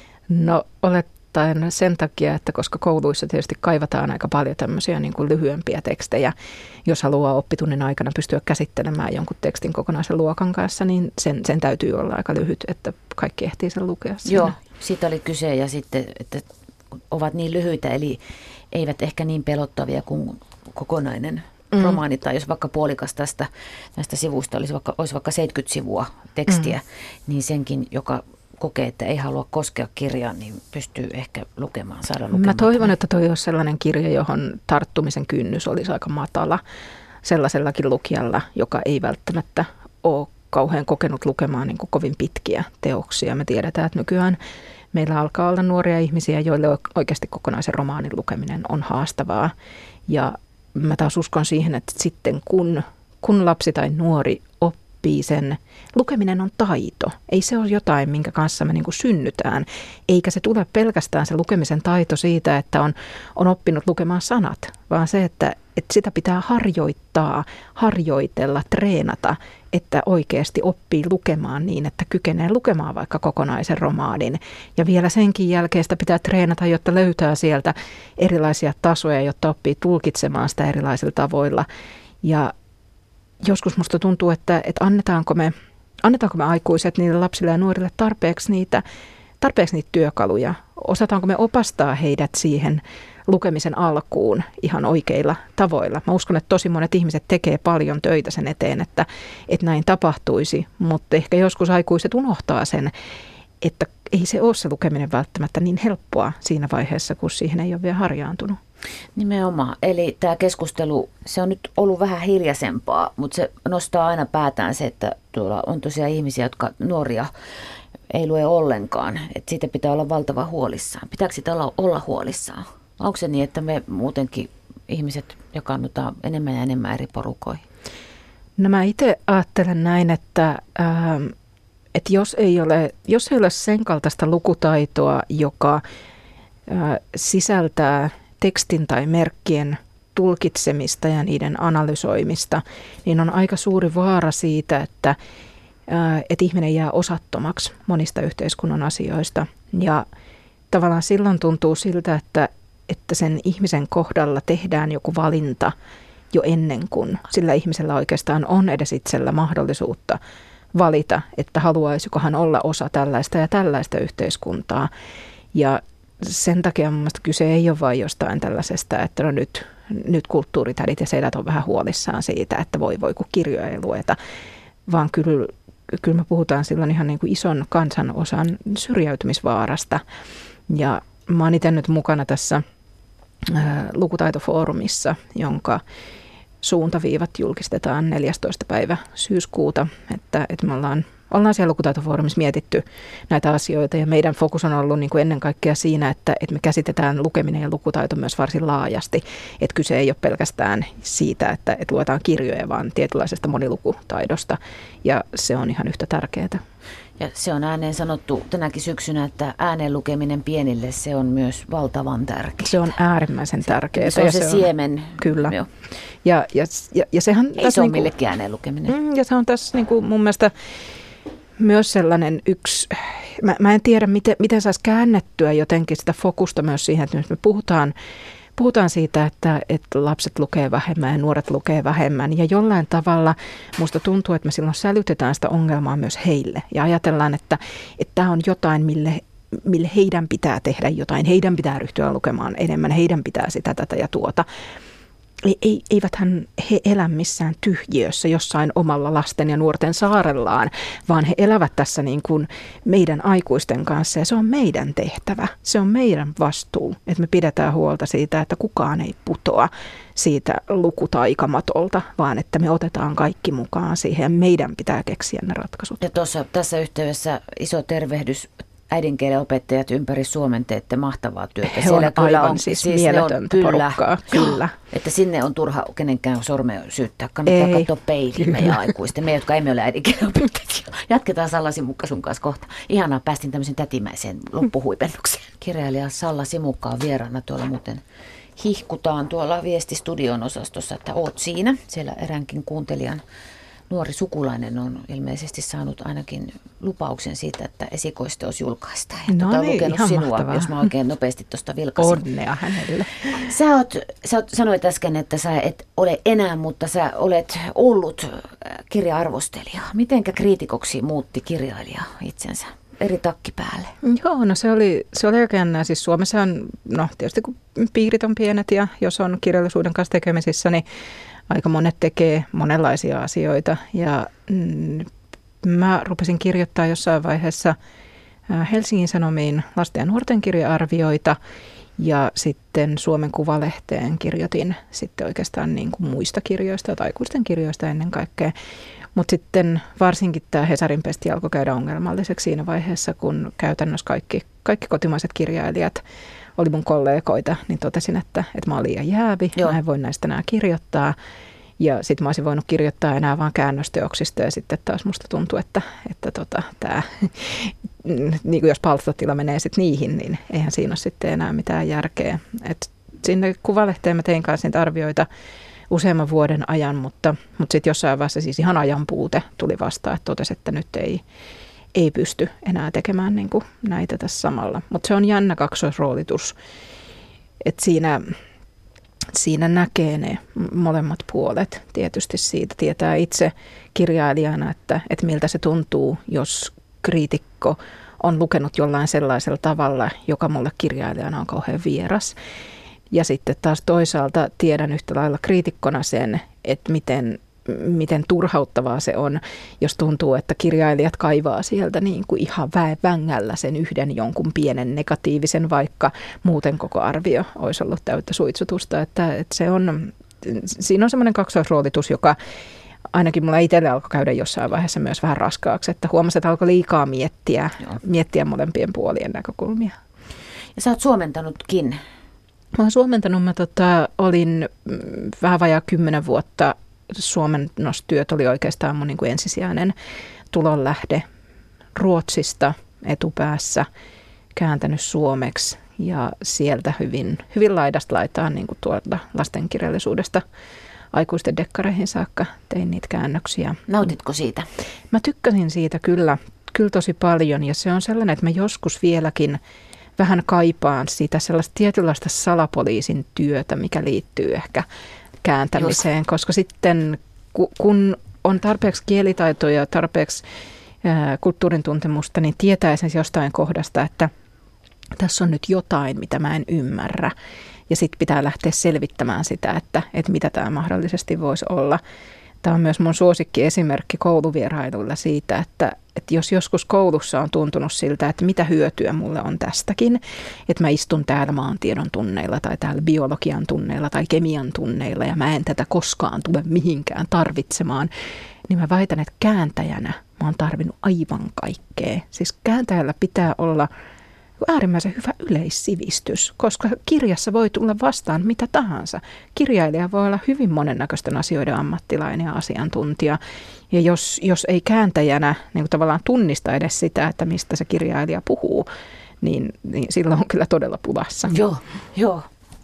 No olettaen sen takia, että koska kouluissa tietysti kaivataan aika paljon tämmöisiä niin kuin lyhyempiä tekstejä, jos haluaa oppitunnin aikana pystyä käsittelemään jonkun tekstin kokonaisen luokan kanssa, niin sen, sen täytyy olla aika lyhyt, että kaikki ehtii sen lukea siinä. Joo, siitä oli kyse ja sitten, että ovat niin lyhyitä, eli eivät ehkä niin pelottavia kuin kokonainen Mm. romaani, tai jos vaikka puolikas tästä näistä sivusta olisi vaikka, olisi vaikka seitsemänkymmentä sivua tekstiä, mm. niin senkin, joka kokee, että ei halua koskea kirjaan, niin pystyy ehkä lukemaan, saada lukemaan. Mä toivon, että toi olisi sellainen kirja, johon tarttumisen kynnys olisi aika matala sellaisellakin lukijalla, joka ei välttämättä ole kauhean kokenut lukemaan niin kuin kovin pitkiä teoksia. Me tiedetään, että nykyään meillä alkaa olla nuoria ihmisiä, joille oikeasti kokonaisen romaanin lukeminen on haastavaa, ja mä taas uskon siihen, että sitten kun, kun lapsi tai nuori oppii sen, lukeminen on taito. Ei se ole jotain, minkä kanssa me niin kuin synnytään. Eikä se tule pelkästään se lukemisen taito siitä, että on, on oppinut lukemaan sanat, vaan se, että, että sitä pitää harjoittaa, harjoitella, treenata, että oikeasti oppii lukemaan niin, että kykenee lukemaan vaikka kokonaisen romaanin. Ja vielä senkin jälkeen sitä pitää treenata, jotta löytää sieltä erilaisia tasoja, jotta oppii tulkitsemaan sitä erilaisilla tavoilla. Ja joskus musta tuntuu, että, että annetaanko, me, annetaanko me aikuiset niille lapsille ja nuorille tarpeeksi niitä, tarpeeksi niitä työkaluja. Osataanko me opastaa heidät siihen lukemisen alkuun ihan oikeilla tavoilla. Mä uskon, että tosi monet ihmiset tekee paljon töitä sen eteen, että, että näin tapahtuisi, mutta ehkä joskus aikuiset unohtaa sen, että ei se ole se lukeminen välttämättä niin helppoa siinä vaiheessa, kun siihen ei ole vielä harjaantunut. Nimenomaan. Eli tämä keskustelu, se on nyt ollut vähän hiljaisempaa, mutta se nostaa aina päätään se, että tuolla on tosiaan ihmisiä, jotka nuoria ei lue ollenkaan. Että siitä pitää olla valtava huolissaan. Pitääkö sitä olla, olla huolissaan? Onko se niin, että me muutenkin ihmiset jakannutaan enemmän ja enemmän eri porukoihin? No mä itse ajattelen näin, että, ähm, että jos, ei ole, jos ei ole sen kaltaista lukutaitoa, joka äh, sisältää tekstin tai merkkien tulkitsemista ja niiden analysoimista, niin on aika suuri vaara siitä, että, äh, että ihminen jää osattomaksi monista yhteiskunnan asioista. Ja tavallaan silloin tuntuu siltä, että että sen ihmisen kohdalla tehdään joku valinta jo ennen kuin sillä ihmisellä oikeastaan on edes itsellä mahdollisuutta valita, että haluaisiko hän olla osa tällaista ja tällaista yhteiskuntaa. Ja sen takia mun mielestä kyse ei ole vain jostain tällaisesta, että no nyt, nyt kulttuuritädit ja sedät on vähän huolissaan siitä, että voi voi kun kirjoja ei lueta, vaan kyllä, kyllä me puhutaan silloin ihan niin kuin ison kansanosan syrjäytymisvaarasta. Ja mä oon itse nyt mukana tässä lukutaitofoorumissa, jonka suuntaviivat julkistetaan neljästoista päivä syyskuuta, että, että me ollaan, ollaan siellä lukutaitofoorumissa mietitty näitä asioita ja meidän fokus on ollut niin kuin ennen kaikkea siinä, että, että me käsitetään lukeminen ja lukutaito myös varsin laajasti, että kyse ei ole pelkästään siitä, että, että luetaan kirjoja, vaan tietynlaisesta monilukutaidosta ja se on ihan yhtä tärkeää. Ja se on ääneen sanottu tänäkin syksynä, että ääneen lukeminen pienille, se on myös valtavan tärkeää. Se on äärimmäisen tärkeää. Se on se, se siemen. On, kyllä. Jo. Ja, ja, ja, ja sehän ei tässä se niin ole millekin ääneen lukeminen. Ja se on tässä niin kuin mun mielestä myös sellainen yksi, mä, mä en tiedä miten, miten saisi käännettyä jotenkin sitä fokusta myös siihen, että nyt me puhutaan, puhutaan siitä, että, että lapset lukee vähemmän ja nuoret lukee vähemmän. Ja jollain tavalla musta tuntuu, että me silloin sälytetään sitä ongelmaa myös heille. Ja ajatellaan, että tämä on jotain, mille, mille heidän pitää tehdä jotain. Heidän pitää ryhtyä lukemaan enemmän, heidän pitää sitä, tätä ja tuota. ei, eiväthän he elä missään tyhjiössä jossain omalla lasten ja nuorten saarellaan, vaan he elävät tässä niin kuin meidän aikuisten kanssa ja se on meidän tehtävä. Se on meidän vastuu, että me pidetään huolta siitä, että kukaan ei putoa siitä lukutaikamotolta, vaan että me otetaan kaikki mukaan siihen ja meidän pitää keksiä ne ratkaisut. Ja tuossa, tässä yhteydessä iso tervehdys. Äidinkielen opettajat ympäri Suomen teette mahtavaa työtä. He Siellä on kyllä aivan on, siis, siis mieletöntä on, porukkaa. Kyllä, kyllä. Että sinne on turha kenenkään sormea syyttää. Kannattaa Ei, katsoa peiliin meidän aikuisten. Me, jotka emme ole äidinkielen opettajia. Jatketaan Salla Simukka sun kanssa kohta. Ihanaa, päästin tämmöisen tätimäiseen loppuhuipennukseen. Kirjailija Salla Simukka on vieraana tuolla muuten. Hihkutaan tuolla viestistudion osastossa, että oot siinä. Siellä eräänkin kuuntelijan nuori sukulainen on ilmeisesti saanut ainakin lupauksen siitä, että esikoisteos julkaistaan. Ja no tota, niin, lukenut sinua, mahtavaa. Jos mä oikein nopeasti tuosta vilkasin. Onnea hänelle. Sä, oot, sä oot, sanoit äsken, että sä et ole enää, mutta sä olet ollut kirja-arvostelija. Mitenkä kriitikoksi muutti kirjailija itsensä? Eri takki päälle. Joo, no se oli, se oli aika jännää. Siis Suomessa on, no tietysti kun piirit on pienet ja jos on kirjallisuuden kanssa tekemisissä, niin aika monet tekee monenlaisia asioita ja mm, mä rupesin kirjoittaa jossain vaiheessa Helsingin Sanomiin lasten ja nuorten kirja-arvioita ja sitten Suomen Kuvalehteen kirjoitin sitten oikeastaan niin kuin muista kirjoista tai aikuisten kirjoista ennen kaikkea. Mutta sitten varsinkin tämä Hesarin pesti alkoi käydä ongelmalliseksi siinä vaiheessa, kun käytännössä kaikki, kaikki kotimaiset kirjailijat oli mun kollegoita, niin totesin, että, että mä olen liian jäävi, Joo. mä en voi näistä enää kirjoittaa. Ja sitten mä olisin voinut kirjoittaa enää vaan käännösteoksista ja sitten taas musta tuntuu, että, että tota, tää, niin kuin jos palstatila menee sitten niihin, niin eihän siinä ole sitten enää mitään järkeä. Et sinne Kuvalehteen mä tein kanssa niitä arvioita useamman vuoden ajan, mutta, mutta sitten jossain vaiheessa siis ihan ajan puute tuli vastaan, että totesi, että nyt ei, ei pysty enää tekemään niin kuin näitä tässä samalla. Mutta se on jännä kaksoisroolitus, että siinä, siinä näkee ne molemmat puolet. Tietysti siitä tietää itse kirjailijana, että, että miltä se tuntuu, jos kriitikko on lukenut jollain sellaisella tavalla, joka mulle kirjailijana on kauhean vieras. Ja sitten taas toisaalta tiedän yhtä lailla kriitikkona sen, että miten, miten turhauttavaa se on, jos tuntuu, että kirjailijat kaivaa sieltä niin kuin ihan väen vängällä sen yhden jonkun pienen negatiivisen, vaikka muuten koko arvio olisi ollut täyttä suitsutusta. Että, että se on, siinä on semmoinen kaksoisroolitus, joka ainakin mulla itselle alkoi käydä jossain vaiheessa myös vähän raskaaksi, että huomasi, että alkoi liikaa miettiä, miettiä molempien puolien näkökulmia. Ja sä oot suomentanutkin. Mä oon suomentanut, mä tota, olin vähän vajaa kymmenen vuotta, suomennostyöt oli oikeastaan mun niin kuin ensisijainen tulonlähde Ruotsista etupäässä, kääntänyt suomeksi ja sieltä hyvin, hyvin laidasta laitaan niin kuin tuolta lastenkirjallisuudesta aikuisten dekkareihin saakka tein niitä käännöksiä. Nautitko siitä? Mä tykkäsin siitä kyllä, kyllä tosi paljon ja se on sellainen, että mä joskus vieläkin vähän kaipaan sitä sellaista tietynlaista salapoliisin työtä, mikä liittyy ehkä kääntämiseen, Just. koska sitten kun on tarpeeksi kielitaitoja ja tarpeeksi ää, kulttuurin tuntemusta, niin tietää sen jostain kohdasta, että tässä on nyt jotain, mitä mä en ymmärrä. Ja sitten pitää lähteä selvittämään sitä, että, että mitä tämä mahdollisesti voisi olla. Tämä on myös mun suosikki esimerkki kouluvierailuilla siitä, että, että jos joskus koulussa on tuntunut siltä, että mitä hyötyä mulle on tästäkin, että mä istun täällä maantiedon tunneilla tai täällä biologian tunneilla tai kemian tunneilla ja mä en tätä koskaan tule mihinkään tarvitsemaan, niin mä väitän, että kääntäjänä mä oon tarvinnut aivan kaikkea. Siis kääntäjällä pitää olla äärimmäisen hyvä yleissivistys, koska kirjassa voi tulla vastaan mitä tahansa. Kirjailija voi olla hyvin monennäköisten asioiden ammattilainen ja asiantuntija. Ja jos, jos ei kääntäjänä niin kuin tavallaan tunnista edes sitä, että mistä se kirjailija puhuu, niin, niin silloin on kyllä todella pulassa. Joo, joo.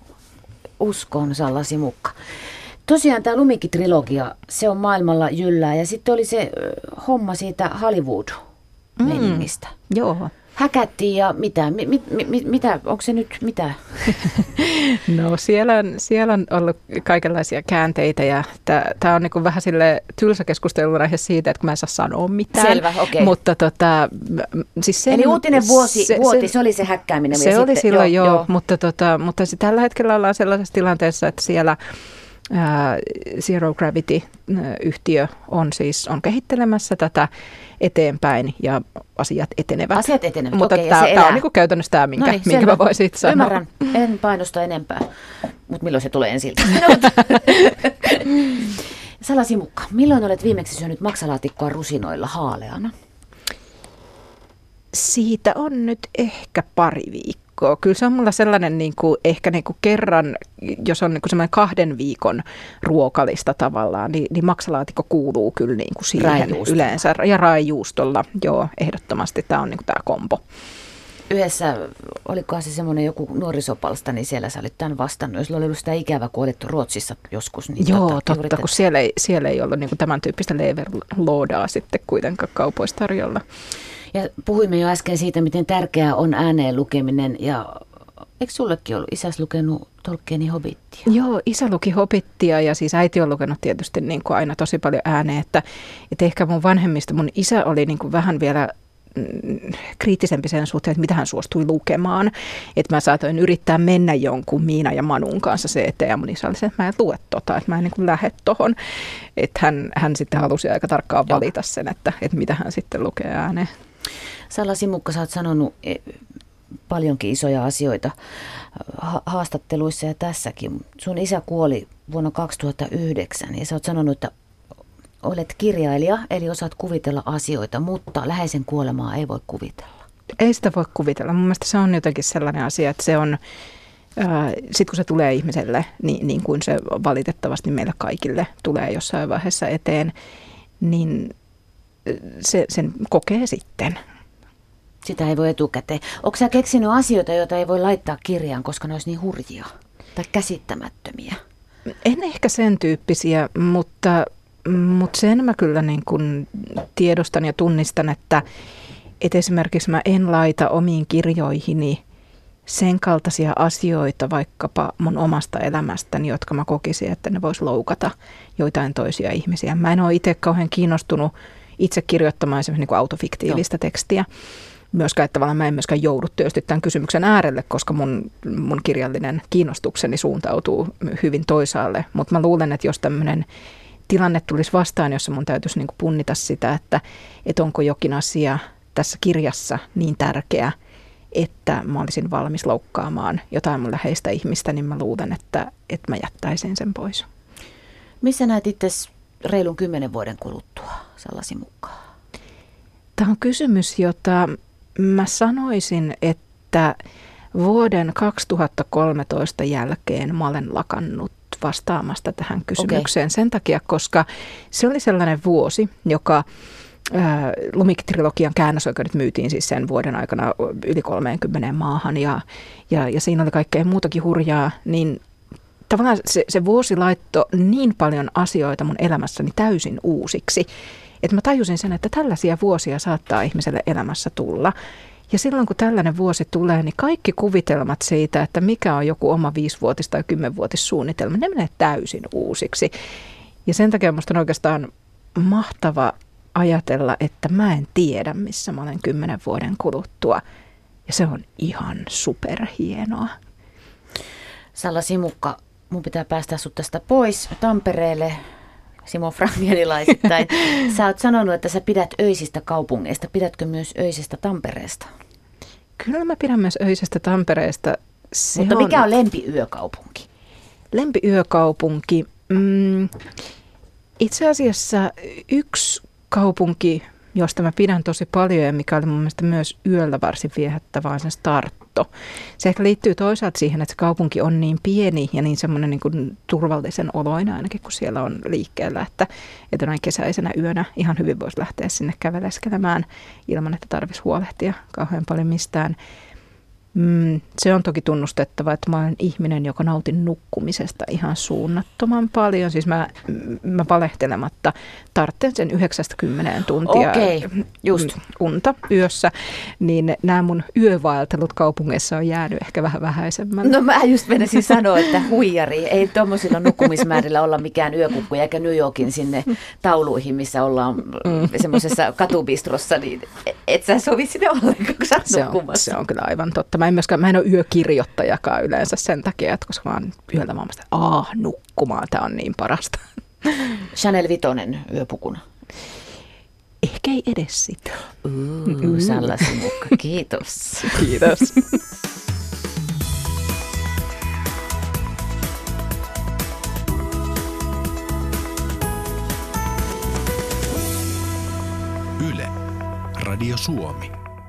Uskon, Salla Simukka. Tosiaan tämä Lumikki-trilogia, se on maailmalla jyllää. Ja sitten oli se homma siitä Hollywood-meningistä. Mm, joo. Häkättiin ja mitä? Mi, mi, mi, mitä? Onko se nyt mitä? No siellä on, siellä on ollut kaikenlaisia käänteitä ja tämä on niin vähän sille tylsä keskustelun aihe siitä, että kun mä en saa sanoa mitään. Selvä, okei. Okay. Mutta tota, siis sen, Eli uutinen vuosi, se, vuoti, se, se oli se häkkääminen. Se oli sitten, silloin joo, joo. Mutta, tota, mutta tällä hetkellä ollaan sellaisessa tilanteessa, että siellä ää, Zero Gravity-yhtiö on siis on kehittelemässä tätä eteenpäin ja asiat etenevät. Asiat etenevät, mutta okei, tämä, ja se tämä on elää. niin käytännössä tämä, minkä, Noniin, minkä mä voisin sanoa. Ymmärrän, en painosta enempää, mutta milloin se tulee ensiltä? Salla Simukka, milloin olet viimeksi syönyt maksalaatikkoa rusinoilla haaleana? Siitä on nyt ehkä pari viikkoa. Kyllä se on mulla sellainen niin kuin, ehkä niin kuin kerran, jos on niin kuin semmoinen kahden viikon ruokalista tavallaan, niin, niin maksalaatikko kuuluu kyllä niin kuin siihen yleensä. Ja raijuustolla, joo, ehdottomasti tämä on niin kuin tämä kombo. Yhdessä, olikohan se semmoinen joku nuorisopalsta, niin siellä sä olit tämän vastannut. Jos oli ollut sitä ikävä, kun olet Ruotsissa joskus. Niin joo, tota, totta, yrität... kun siellä ei, siellä ei ollut niin kuin tämän tyyppistä leverloodaa sitten kuitenkaan kaupoissa tarjolla. Ja puhuimme jo äsken siitä, miten tärkeää on ääneen lukeminen. Ja eikö sullekin ollut isäsi lukenut Tolkienin Hobittia? Joo, isä luki Hobittia ja siis äiti on lukenut tietysti niin kuin aina tosi paljon ääneen. Että, että ehkä mun vanhemmista, mun isä oli niin kuin vähän vielä kriittisempi sen suhteen, että mitä hän suostui lukemaan. Että mä saatoin yrittää mennä jonkun Miina ja Manun kanssa se eteen. Ja mun isä oli se, että mä en lue tota, että mä en niin kuin lähde tohon. Että hän, hän sitten halusi aika tarkkaan valita sen, että, että mitä hän sitten lukee ääneen. Salla Simukka, sä oot sanonut paljonkin isoja asioita haastatteluissa ja tässäkin. Sun isä kuoli vuonna kaksituhattayhdeksän ja sä oot sanonut, että olet kirjailija, eli osaat kuvitella asioita, mutta läheisen kuolemaa ei voi kuvitella. Ei sitä voi kuvitella. Mun mielestä se on jotenkin sellainen asia, että se on, sitten kun se tulee ihmiselle, niin, niin kuin se valitettavasti meille kaikille tulee jossain vaiheessa eteen, niin se, sen kokee sitten. Sitä ei voi etukäteen. Onko sä keksinyt asioita, joita ei voi laittaa kirjaan, koska ne olisi niin hurjia tai käsittämättömiä? En ehkä sen tyyppisiä, mutta... Mutta sen mä kyllä niin kun tiedostan ja tunnistan, että, että esimerkiksi mä en laita omiin kirjoihini sen kaltaisia asioita vaikkapa mun omasta elämästäni, jotka mä kokisin, että ne vois loukata joitain toisia ihmisiä. Mä en ole itse kauhean kiinnostunut itse kirjoittamaan esimerkiksi niin kuin autofiktiivistä Joo. tekstiä. Myöskään, että tavallaan mä en myöskään joudu työsti tämän kysymyksen äärelle, koska mun, mun kirjallinen kiinnostukseni suuntautuu hyvin toisaalle. Mutta mä luulen, että jos tämmöinen tilanne tulisi vastaan, jossa mun täytyisi niin kuin punnita sitä, että, että onko jokin asia tässä kirjassa niin tärkeä, että mä olisin valmis loukkaamaan jotain mun läheistä ihmistä, niin mä luulen, että, että mä jättäisin sen pois. Missä näet itse reilun kymmenen vuoden kuluttua, Salla Simukka? Tämä on kysymys, jota mä sanoisin, että vuoden kaksituhattakolmetoista jälkeen mä olen lakannut vastaamasta tähän kysymykseen okay. sen takia, koska se oli sellainen vuosi, joka ää, Lumik-trilogian käännösoikeudet myytiin siis sen vuoden aikana yli kolmeenkymmeneen maahan ja, ja, ja siinä oli kaikkea muutakin hurjaa, niin tavallaan se, se vuosi laittoi niin paljon asioita mun elämässäni täysin uusiksi, että mä tajusin sen, että tällaisia vuosia saattaa ihmiselle elämässä tulla. Ja silloin kun tällainen vuosi tulee, niin kaikki kuvitelmat siitä, että mikä on joku oma viisivuotis- tai kymmenvuotissuunnitelma, ne menee täysin uusiksi. Ja sen takia musta on oikeastaan mahtava ajatella, että mä en tiedä, missä mä olen kymmenen vuoden kuluttua. Ja se on ihan superhienoa. Salla Simukka, mun pitää päästä sut tästä pois Tampereelle. Simo Frangelilaisittain. Sä oot sanonut, että sä pidät öisistä kaupungeista. Pidätkö myös öisestä Tampereesta? Kyllä mä pidän myös öisestä Tampereesta. Se Mutta mikä on, on lempiyökaupunki? Lempiyökaupunki? Mm, itse asiassa yksi kaupunki, josta mä pidän tosi paljon ja mikä oli mun mielestä myös yöllä varsin viehättävää, on se Tartto. Se ehkä liittyy toisaalta siihen, että se kaupunki on niin pieni ja niin semmoinen niin kuin turvallisen oloinen ainakin, kun siellä on liikkeellä, että, että näin kesäisenä yönä ihan hyvin voisi lähteä sinne käveleskelemään ilman, että tarvitsisi huolehtia kauhean paljon mistään. Mm, se on toki tunnustettava, että mä olen ihminen, joka nautin nukkumisesta ihan suunnattoman paljon. Siis mä, mä valehtelematta tarvitsen sen yhdeksästä kymmeneen tuntia Okei, just. unta yössä. Niin nämä mun yövaeltelut kaupungeissa on jäänyt ehkä vähän vähäisemmälle. No mä just menisin sanoa, että huijari. Ei tuommoisilla nukkumismäärillä olla mikään yökukkuja eikä New Yorkin sinne tauluihin, missä ollaan mm. semmoisessa katubistrossa. Niin et sä sovi sinne ollenkaan, kun sä oot se on, nukkumassa. se on kyllä aivan totta. mä en myöskään, mä en ole yökirjoittajakaan yleensä sen takia, että koska mä oon yöltä maailmasta, että aah, nukkumaan, tää on niin parasta. Chanel Vitonen yöpukuna. Ehkä ei edes sitä. Uh, Sallasimukka, kiitos. Kiitos. Yle, Radio Suomi.